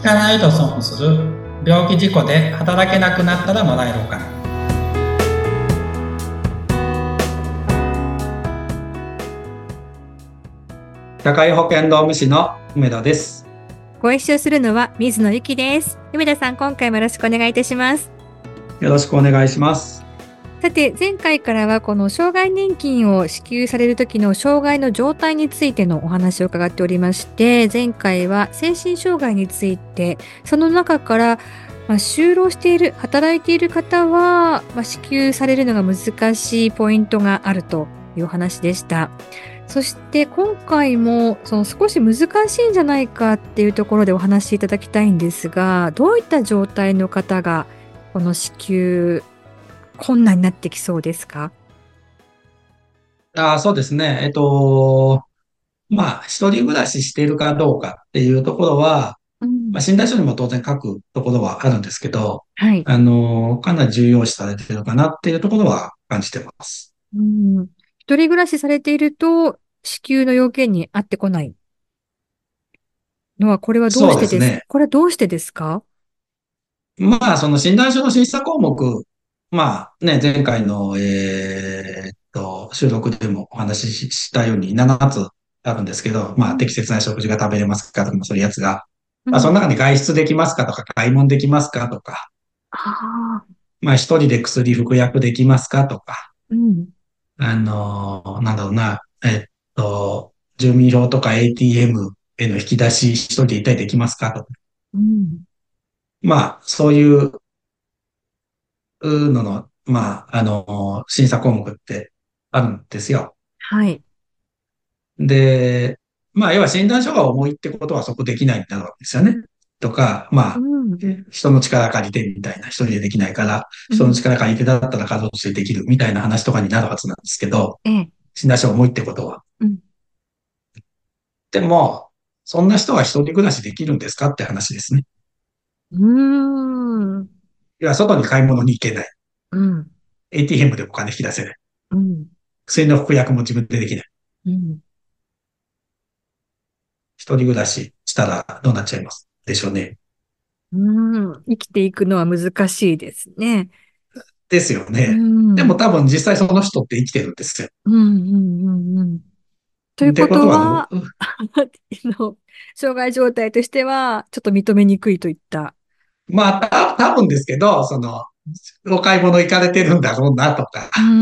かないと損する病気事故で働けなくなったらもらえるお金。社会保険労務士の梅田です。 ご一緒するのは水野ゆきです。梅田さん、今回もよろしくお願いいたします。 よろしくお願いします。 さて、前回からはこの障害年金を支給される時の障害の状態についてのお話を伺っておりまして、前回は精神障害について、その中から、就労している、働いている方は、支給されるのが難しいポイントがあるというお話でした。そして今回もその少し難しいんじゃないかっていうところでお話しいただきたいんですが、どういった状態の方がこの支給困難になってきそうですか？ そうですね。一人暮らししているかどうかっていうところは、 うん、 診断書にも当然書くところはあるんですけど、 はい。 かなり重要視されているかなっていうところは感じてます。 うん、一人暮らしされていると支給の要件に合ってこないのは、これはどうそうしてです。 ですね。 これはどうしてですか？ その診断書の審査項目、前回の、収録でもお話ししたように7つあるんですけど、 うん、 適切な食事が食べれますかとか、そういうやつが、そのうん、 中に外出できますかとか、買い物できますかとか、 ああ、 一人で薬服薬できますかとか、 うん、 なんだろうな、住民票とか ATM への引き出し一人で一体できますかとか、 うん、 そういうのの、審査項目ってあるんですよ。 はい。 で、要は診断書が重いってことはそこできないんだろうんですよね。とか、 うん、 人の力借りてみたいな、一人でできないから、人のうん、 力借りてだったら家族でできるみたいな話とかになるはずなんですけど、 ええ、 診断書重いってことは。 うん、 でも、そんな人は一人暮らしできるんですかって話ですね。 うーん、 要は外に買い物に行けない。 うん、 ATM でもお金引き出せない。 うん、 薬の服薬も自分でできない。 うん。 一人暮らししたらどうなっちゃいますでしょうね。 生きていくのは難しいですね。 ですようね。でもん。 多分実際その人って生きてるんですよ。 うん、うん、うん、うん。というってこことは、 とは、の障害状態としては、ちょっと認めにくいといった。 多分ですけど、お買い物行かれてるんだろうなとか、 うん、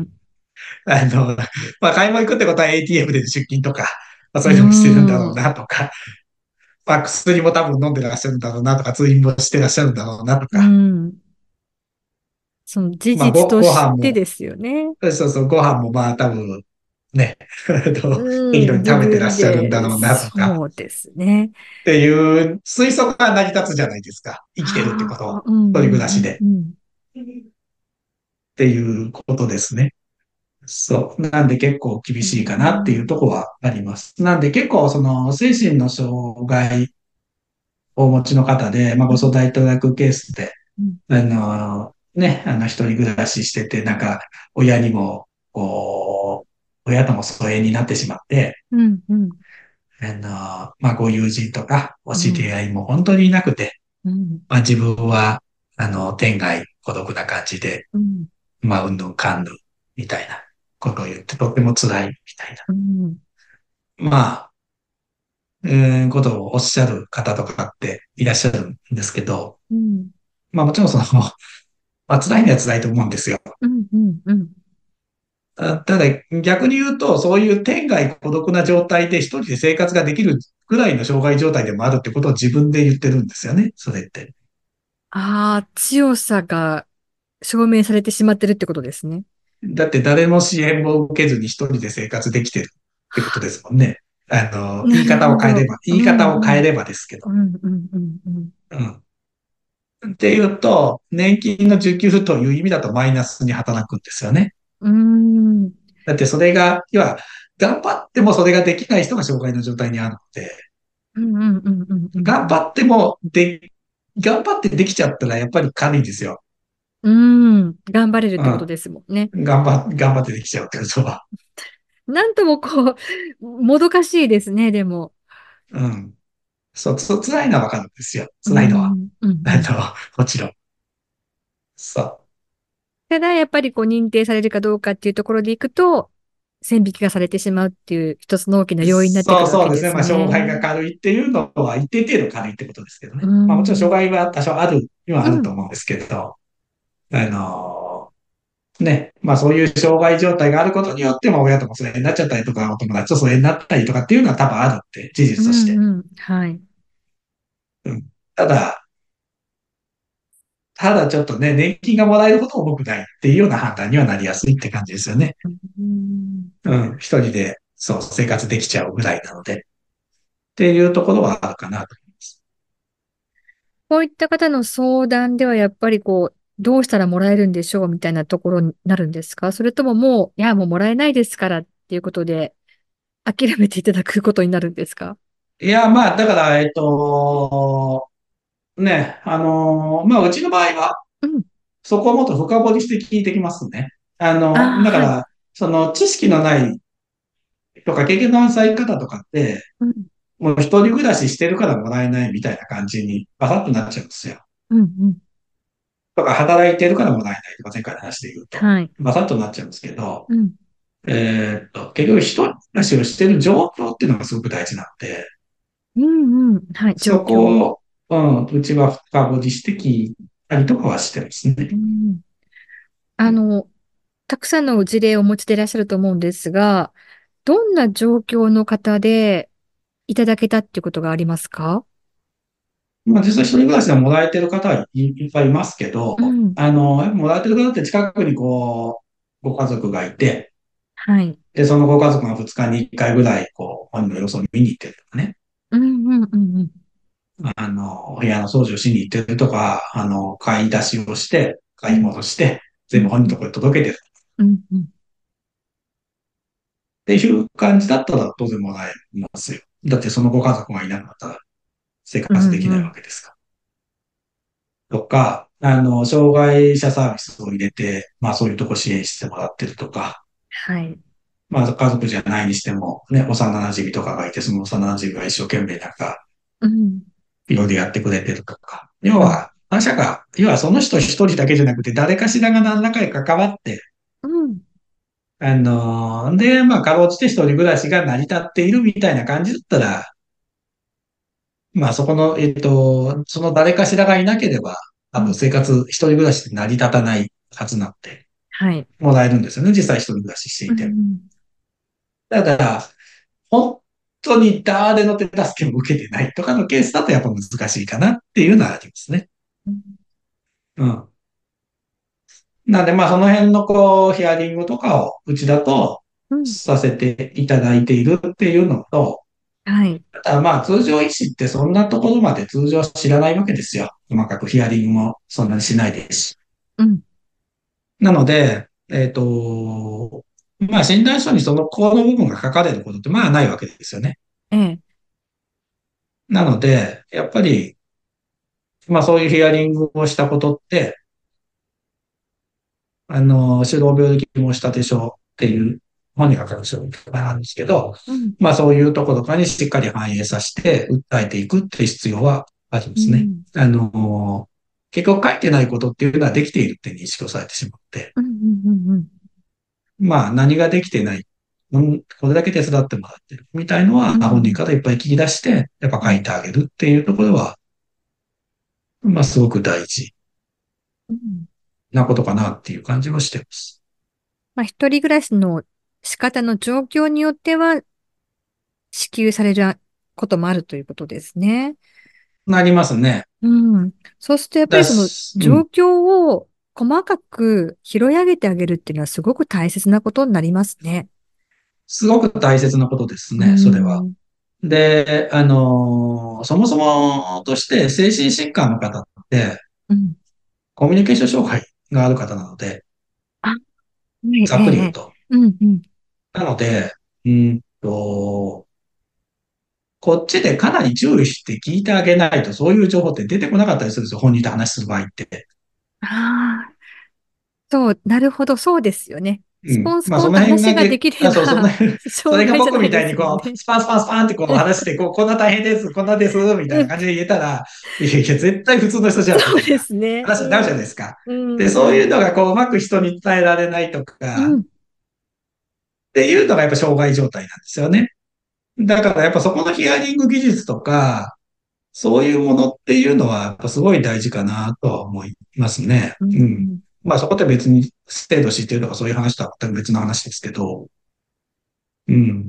あの、買い物行くってことは ATM で出勤とか、 うそういうのもしてるんだろうん、 なとか、薬も多分飲んでらっしゃるんだろうなとか、通院もしてらっしゃるんだろうなとうか、 ん。その事実とごし飯も、 てですよね。 そうそう、ご飯も多分ね、適度うん、自に食べてらっ分しゃるんだで、 ろうなとか、 そうですね。 っていう推測が成り立つじゃないですか。生きてるってことああ、 は。 うん、 一人暮うん、うん、 らしで。 うん。 っていうことですね。そう。なんで結構厳うしいかなっていうん、 ところはあります。なんで結構その精神の障害をお持ちの方で、ご相うん、 談いただくケースで、 うん、 一人暮らししてて、親にも、親とも疎遠になってしまって、 うん、うん、 ご友人とか、お知りうん、 合いも本当にいなくて、 うん、 自分は、天涯孤独な感じで、 うん、 うんぬんかんぬん、みたいなことを言って、とっても辛い、みたいな。 うん、 まあ、ことをおっしゃる方とかっていらっしゃるんですけど、 うん、 もちろん辛いのは辛いと思うんですよ。 うん、うん、うん。 ただ逆に言うと、そういう天涯孤独な状態で一人で生活ができるぐらいの障害状態でもあるってことを自分で言ってるんですよね、それって。 ああ、強さが証明されてしまってるってことですね。 だって誰も支援も受けずに一人で生活できてるってことですもんね。 なるほど。 言いうん、うん、 方を変えればですけど。 うん、うん、うん、うん。 うん。っていうと、年金の受給という意味だとマイナスに働くんですよね。 うーん、 だってそれが、要は、頑張ってもそれができない人が障害の状態にあるので、 うん、うん、うん、うん、うん。 頑張ってもで、頑張ってできちゃったらやっぱり軽いんですよ。 うん、頑張れるっうてことですもんね。 頑張ってできちゃうってことは。 なんともこう、もどかしいですね、でも。 うん。 そう、辛いのはわかるんですよ。 う辛いのは。 ん、うん、うん。 もちろん。そただ、やっぱりこう認定されるかどうかっていうところでいくと、線引きがされてしまうっていう一つの大きなう。 要因になってくるわそうですね。 けですまあ、障害がね。 軽いっていうのは一定程度軽いってことですけどうね。まあ、もちろん障ん。 害は多少あるにはあるとうん。 思うんですけど、あのね、まあそういう障害状態があることによって、まあ親とも疎遠になっちゃったりとか、お友達と疎遠になったりとかっていうのは多分あるって事う実として。 ん、うん。はい。 うん。ただ、ただちょっとね、年金がもらえるほど重くないっていうような判断にはなりやすいって感じですよね。 うん。 うん。一人で、そう、生活できちゃうぐらいなので。っていうところはあるかなと思います。 こういった方の相談ではやっぱりこう、どうしたらもらえるんでしょうみたいなところになるんですか？それとももう、いや、もうもらえないですからっていうことで諦めていただくことになるんですか？ いや、まあ、だから、ね、まあ、うちの場合は、 うん。 そこをもっと深掘りして聞いてきますね。 ああ、はい。 だから、その知識のないとか経験の浅い方とかって、 うん。 もう一人暮らししてるからもらえないみたいな感じにバサッとなっちゃうんですよ。 うん、うん。 とか働いてるからもらえないとか前回の話で言うと、 はい。 バサッとなっちゃうんですけど、 うん。 結局一人暮らしをしてる状況っていうのがすごく大事なので、 うん、うん。はい。状そ況。 こを、うん、うちは深掘りして聞いたりとかはしてますね。 うん。あの、たくさんの事例をお持ちでいらっしゃると思うんですが、どんな状況の方でいただけたっていうことがありますか？ まあ実際一人暮らしでももらえてる方はいっぱいいますけど、 うん。 やっぱもらえてる方って近くにこう、ご家族がいて、 はい。 で、そのご家族が2日に1回ぐらい、こう、本の様子を見に行ってるとかね。 うん、うん、うん、うん。 お部屋の掃除をしに行ってるとか、買い出しをして、買いうん、 物して、 うん、 全部本人のところに届けてるうん、うん。 っていう感じだったら当然もらえますよ。だってそのご家族がいなかったら生うん、 活できないわうん。 けですから。とか、障害者サービスを入れて、まあそういうとこ支援してもらってるとか、 はい。 まあ家族じゃないにしても、ね、幼馴染とかがいて、その幼馴染が一生懸命なんか、 うん、 いろいろやってくれてるとか。 うん、 要はその人一人だけじゃなくて、誰かしらが何らかに関わって、 うん。 まあ、かろうじて一人暮らしが成り立っているみたいな感じだったら、まあ、そこの、その誰かしらがいなければ、多分うん。 生活、一人暮らしって成り立たないはずなんで、 はい。 もらえるんですよね。実際一人暮らししてういて。 ん、 ただ、本当に誰の手助けも受けてないとかのケースだとやっぱ難しいかなっていうのはありますね。 うん、 うん。なんで、まあ、その辺のこう、ヒアリングとかをうちだとうん。 させていただいているっていうのと、 はい。 ただまあ、通常医師ってそんなところまで通常知らないわけですよ。細かくヒアリングもそんなにしないですし。 うん。 なので、まあ、診断書にそのこの部分が書かれることってまあないわけですよね。 ええ。 なので、やっぱり、まあそういうヒアリングをしたことって、就労病歴申立書っていう本に書かれる書類とかなんですけど、 うん。 まあそういうところとかにしっかり反映させて訴えていくっていう必要はありますね。 うん。 結局書いてないことっていうのはできているって認識をされてしまって、 うん。うん。うん。 まあ何ができてない、これだけ手伝ってもらってるみたいのはうん。 本人からいっぱい聞き出して、やっぱうん。 書いてあげるっていうところは、まあすごく大事うん。 なことかなっていう感じはしてます。 まあ、一人暮らしの仕方の状況によっては支給されることもあるということですね。 なりますね。 うん。そうするとやっぱりその状うん。 況を細かく拾い上げてあげるっていうのはすごく大切なことになりますね。 すごく大切なことですうね、それは。 ん。 で、そもそもとして精神疾患の方ってうん。 コミュニケーション障害がある方なので、 あ、ええ、 ざええ。 っくり言うと。 うん、うん。 なので、こっちでかなり注意して聞いてあげないとそういう情報って出てこなかったりするんですよ。本人と話する場合って。 ああ、 そう、なるほど、そうですよね。スポうん。まあ、 ンスポンとその辺が話ができれそう、そんな、 ば、 それが障害じゃ僕みないですたいにこう、 もんね。 スパンスパンスパンってこう話して、こんな大変です、こんなです、みたいうん、 な感じで言えたら、いやいや、絶対普通の人じゃん、みそうでたいなすね。 話になるじゃないうん。 ですか。 うで、 ん、 そういううん、 のがこう、うまく人に伝えられないとか、っうん、 ていうのがやっぱ障害状態なんですよね。だからやっぱそこのヒアリング技術とか、そういうものっていうのは、やっぱすごい大事かなとは思いますね。 うん、 うん。 うん。 まあそこって別に制度知ってるとかそういう話とは全く別の話ですけど、うん。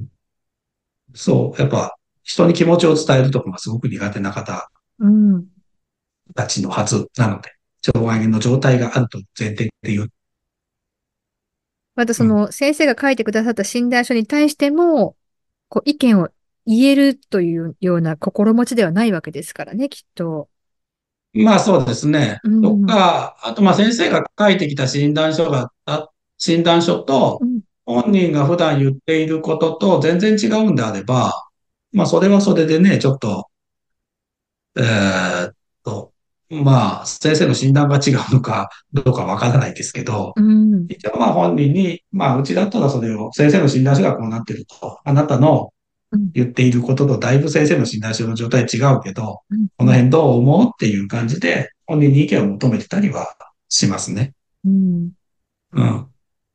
そう、やっぱ人に気持ちを伝えるとかがすごく苦手な方うん。 たちのはずなので、障害の状態があると前提で言う。 またうん。 その先生が書いてくださった診断書に対しても、こう意見を言えるというような心持ちではないわけですからね、きっと。 まあそうですね。とうん。 か、あとまあ先生が書いてきた診断書とうん。 本人が普段言っていることと全然違うんであれば、まあそれはそれでね、ちょっと、えーっと、まあ先生の診断が違うのかどうかわからないですけど、 うん。 一応まあ本人に、まあうちだったらそれを先生の診断書がこうなってると、あなたのうん。 言っていることとだいぶ先生の診断書の状態違うけど、 うん。 この辺どう思うっていう感じで本人に意見を求めてたりはしますね。 うん。 うん。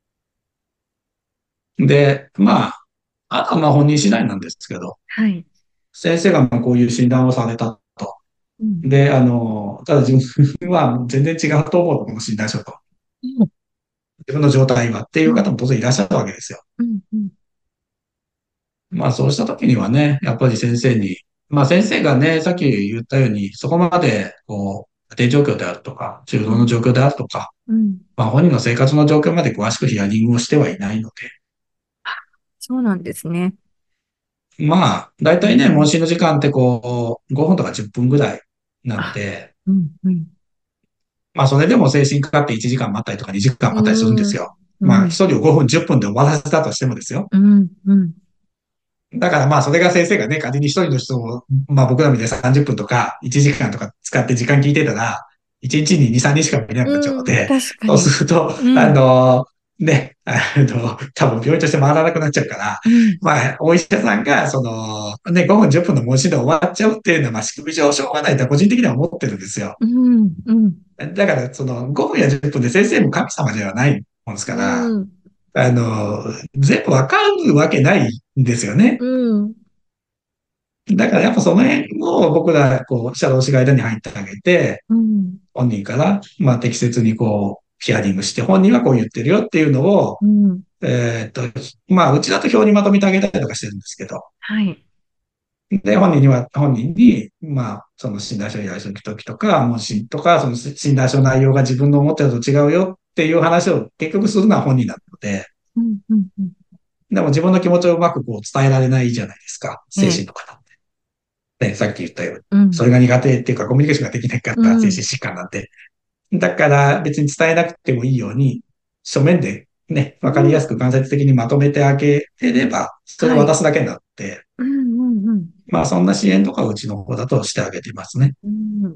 で、まあ、あとはまあ本人次第なんですけど、 はい。 先生がまあこういう診断をされたと。 うん。 で、ただ自分は全然違うと思うと、この診断書と。 うん。 自分の状態はっていうん。 う方も当然いらっしゃるわけですよ。 うん。うん。 まあそうした時にはね、やっぱり先生に、まあ先生がね、さっき言ったように、そこまで、こう、家庭状況であるとか、就労の状況であるとか、 うん。 まあ本人の生活の状況まで詳しくヒアリングをしてはいないので、 そうなんですね。 まあ、だいたいね、問うん。 診の時間ってこう、5分とか10分ぐらいなのあ、 で、 うん。うん。 まあそれでも精神科って1時間待ったりとか2時間待ったりするんでうん。 すよ。まあうん。 一人を5分10分で終わらせたとしてもですよ。 うん。うん。 だからまあそれが先生がね、仮に一人の人を、まあ僕らみたいに30分とか1時間とか使って時間聞いてたら、1日に2、3人しか見れなくなっちゃうのうん。 で、そう確かに。 すると、 うん。 ね、多分病院として回らなくなっちゃうから、 うん。 まあ、お医者さんが、ね、5分10分の問診で終わっちゃうっていうのは、まあ、仕組み上しょうがないと個人的には思ってるんですよ。 うん。うん。 だから、5分や10分で先生も神様ではないもんですから、 うん。 あの、全部わかるわけないんですよね。 うん。 だからやっぱその辺を僕ら、こう、社労士が間に入ってあげて、 うん。 本人から、まあ適切にこう、ヒアリングして、本人はこう言ってるよっていうのを、 うん。 えーっと、まあうちだと表にまとめてあげたりとかしてるんですけど、 はい。 で、本人に、まあ、その診断書を依頼するときとか、問診とか、その診断書の内容が自分の思ってるのと違うよっていう話を結局するのは本人なので、 うん。うん。うん。 でも自分の気持ちをうまくこう伝えられないじゃないですか、精神ええ。 の方って。ね、さっき言ったように。 うん。 それが苦手っていうか、コミュニケーションができないかうら、精ん。 神疾患なんて。だから別に伝えなくてもいいように、書面でね、わかりうん。 やすく間接的にまとめてあげてれば、それをはい。 渡すだけになって、 うん。うん。うん。 まあそんな支援とかうちの方だとしてあげていますね。 うん。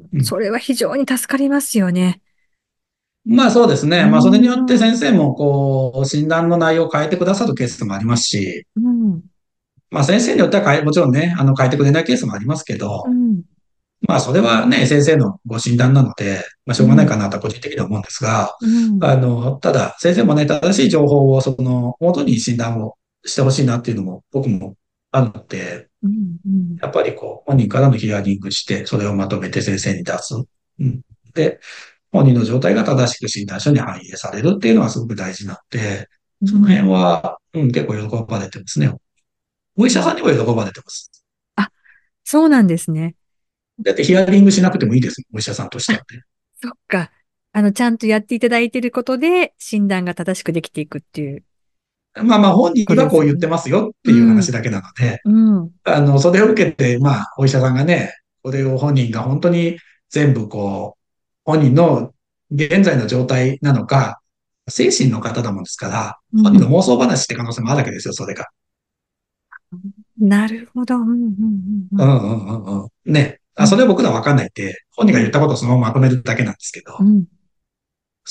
うん。 それは非常に助かりますよね。 まあそうですうね。まあそれによってん。 先生もこう、診断の内容を変えてくださるケースもありますし、 うん。 まあ先生によってはもちろんね、変えてくれないケースもありますけど、 うん。 まあそれはね、先生のご診断なので、まあしょうがないうん。 かなとは個人的には思うんですが、 うん。 ただ先生もね、正しい情報を元に診断をしてほしいなっていうのも僕もあるので、 うん。うん。 やっぱりこう、本人からのヒアリングして、それをまとめて先生に出す。うん。で、本人の状態が正しく診断書に反映されるっていうのはすごく大事なので、その辺は、結構喜ばれてますね。お医者さんにも喜ばれてます。 あ、そうなんですね。 だってヒアリングしなくてもいいですもん、お医者さんとしたっあ、 て。 そっか。ちゃんとやっていただいていることで、診断が正しくできていくっていうまあまあ本人ことはこう言ってですよね。 ますよっていううん。 話だけなので、 うん。 それを受けて、まあ、お医者さんがね、これを本人が本当に全部こう、本人の現在の状態なのか、精神の方だもんですから、 うん。 本人の妄想話って可能性もあるわけですよ、それが。 なるほど。うん。うん。うん。 うんうんうんうん。ね。 うん。 それは僕らわかんないって、本人が言っうん。 たことをそのまままとめるだけなんですけど。 うん。 そう。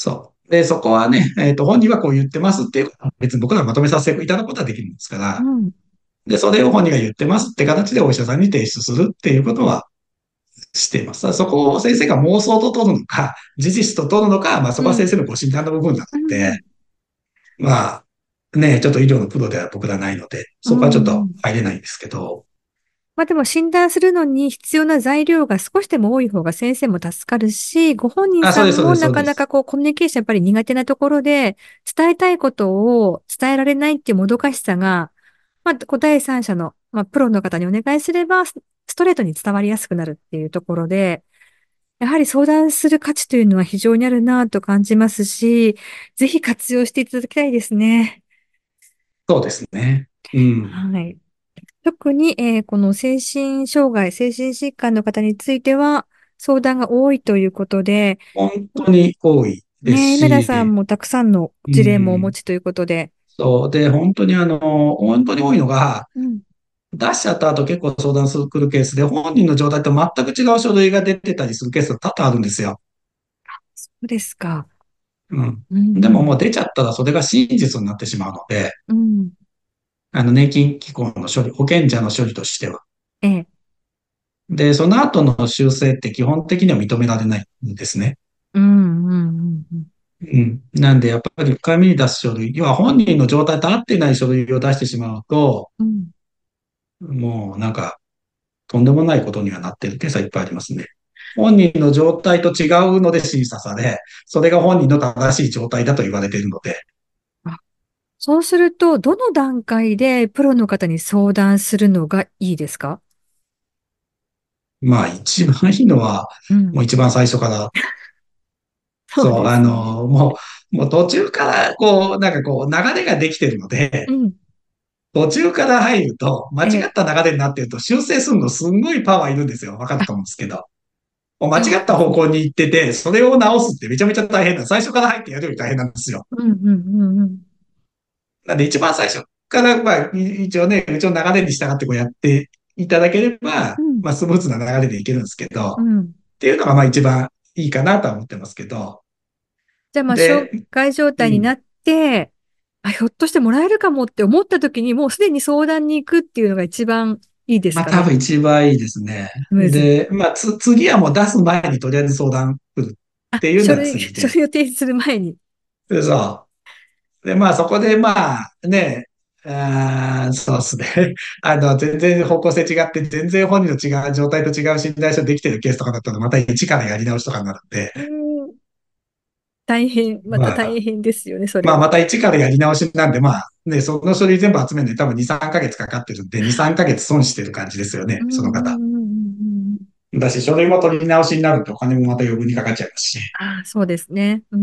で、そこはね、本人はこう言ってますっていう、別に僕らがまとめさせていただくことはできるんですから、 うん。 で、それを本人が言ってますって形でお医者さんに提出するっていうことはしています。そこを先生が妄想と取るのか、事実と取るのか、まあそこは先うん。 生のご診断の部分なので、 うん。 まあ、ね、ちょっと医療のプロでは僕らないので、 うそこはちょっとん。 入れないんですけど、 まあでも診断するのに必要な材料が少しでも多い方が先生も助かるし、ご本人あ、そうです、 さんそうです、そもなかなかうです。 こうコミュニケーションやっぱり苦手なところで伝えたいことを伝えられないっていうもどかしさが、まあこう第三者の、まあプロの方にお願いすればストレートに伝わりやすくなるっていうところで、やはり相談する価値というのは非常にあるなと感じますし、ぜひ活用していただきたいですね。 そうですね。うん。 はい。特に、この精神障害、精神疾患の方については相談が多いということで、 本当に多いですね、梅田さんし、 もたくさんのう事例もお持ん。 ちということで。 そう。で、本当に多いのが、 うん。 出しちゃった後結構相談する来るケースで、本人の状態と全く違う書類が出てたりするケースが多々あるんですよ。 そうですか。 うん。 うん、 でももううん、 出ちゃったらそれが真実になってしまうので、 うん。 年金機構の処理、保険者の処理としては。 ええ。 で、その後の修正って基本的には認められないんですね。 うん、うん、うん、 うん。なんで、やっぱり1回目に出す書類、要は本人の状態と合ってない書類を出してしまうと、 うん。 もうなんか、とんでもないことにはなってるケースはいっぱいありますね。本人の状態と違うので審査され、それが本人の正しい状態だと言われているので、 あ、そうすると、どの段階でプロの方に相談するのがいいですか？ まあ一番いいのは、 うん。 もう一番最初から、 そうそう、 ですね。 もう途中から、こう、なんかこう、流れができてるので、 うん。 途中から入ると、間違ええ。 った流れになってると、修正するのすんごいパワーいるんですよ。わかるあ、 と思うんですけど。もう間違ったそうですね。 方向に行ってて、それを直すってめちゃめちゃ大変だ。最初から入ってやるより大変なんですよ。 うん、うん、うん、うん。 なんで一番最初から、まあ、一応ね、うちの流れに従ってこうやっていただければ、 うん、 まあ、スムーズな流れでいけるんですけど、っうん。 ていうのがまあ一番いいかなとは思ってますけど、 じゃあ、まあ、障で、 害状うん。 態になって、あ、ひょっとしてもらえるかもって思った時に、もうすでに相談に行くっていうのが一番いいですまあかね。 多分一番いいですね。 スムーズに。 で、まあ次はもう出す前にとりあえず相談来るっあ、 ていうのは次書で。 類を提出する前に。 で、そう。で、まあそこでまあね、そうですね。全然方向性違って、全然本人の違う状態と違う診断書できてるケースとかだったら、また一からやり直しとかになるんで、 うーん、大変、またまあ、 大変ですよね、それまあ、まは。 た一からやり直しなんで、まあ、ね、その書類全部集めるのに多分2、3ヶ月かかってるんで、2、3ヶ月損してる感じですよね、 うん、うん、 その方。 うん、うん。うん。 だし、書類も取り直しになるとお金もまた余分にかかっちゃいますし、 ああ、そうですね。うん、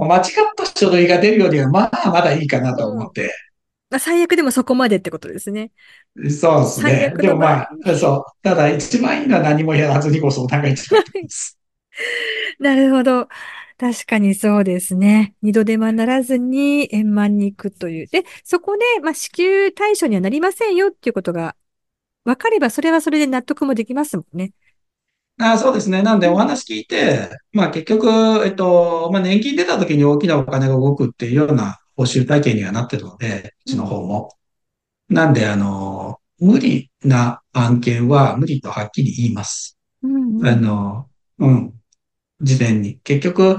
間違った書類が出るよりは、まあ、まだいいかなとうん。うん。 思って。 まあ、最悪でもそこまでってことですね。 そうです最ね。 悪の場合に。 でもまあ、そう。ただ一番いいのは何もやらずにご相談が一番いいと思います。 なるほど。確かにそうですね。二度手間ならずに円満に行くという。で、そこで、まあ、支給対象にはなりませんよっていうことが分かれば、それはそれで納得もできますもんね。 そうですね。なんでおうん、 話聞いて、まあ結局、まあ年金出た時に大きなお金が動くっていうような報酬体系にはなってるので、うちのうん、 方も。なんで、無理な案件は無理とはっきり言います。 うん、うん、 あの、うん、事前に。結局、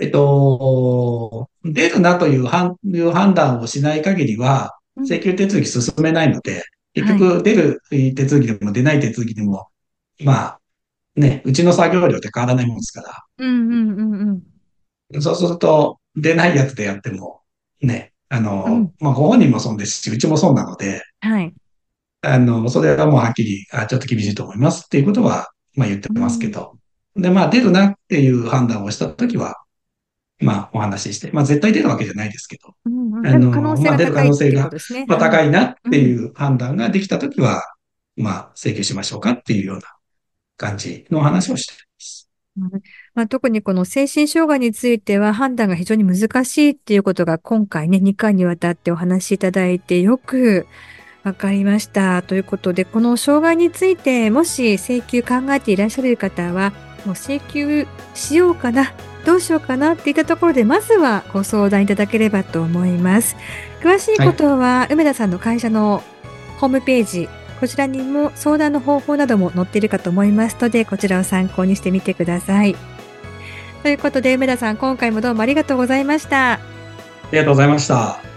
出るなという判断をしない限りは、 うん。 請求手続き進めないので、結はい。 局出る手続きでも出ない手続きでも、まあね、うちの作業量って変わらないもんですかうん、うん、うん、うん。 ら。そうすると、出ないやつでやっても、ね、 うん。 まあご本人も損ですし、うちも損なので、 はい。 それはもうはっきり、ちょっと厳しいと思いますっていうことは、まあ言ってうん、 ますけど。で、まあ出るなっていう判断をしたときは、まあお話しして、まあ絶対出るわけじゃないですけど、 うん、うん。でも可能性まあ出る可が高いっていうこ能性が、 とですね。 まあはい。 高いなっていうん。 う判断ができたときは、まあ請求しましょうかっていうような感じの話をしています。 うん。まあ、特にこの精神障害については判断が非常に難しいっていうことが今回ね、2回にわたってお話しいただいてよくわかりました。ということで、この障害についてもし請求考えていらっしゃる方は、もう請求しようかな。 どうしようかなっていったところで、まずはご相談いただければと思います。詳しいはい。 ことは、梅田さんの会社のホームページ、こちらにも相談の方法なども載っているかと思いますので、こちらを参考にしてみてください。ということで、梅田さん、今回もどうもありがとうございました。 ありがとうございました。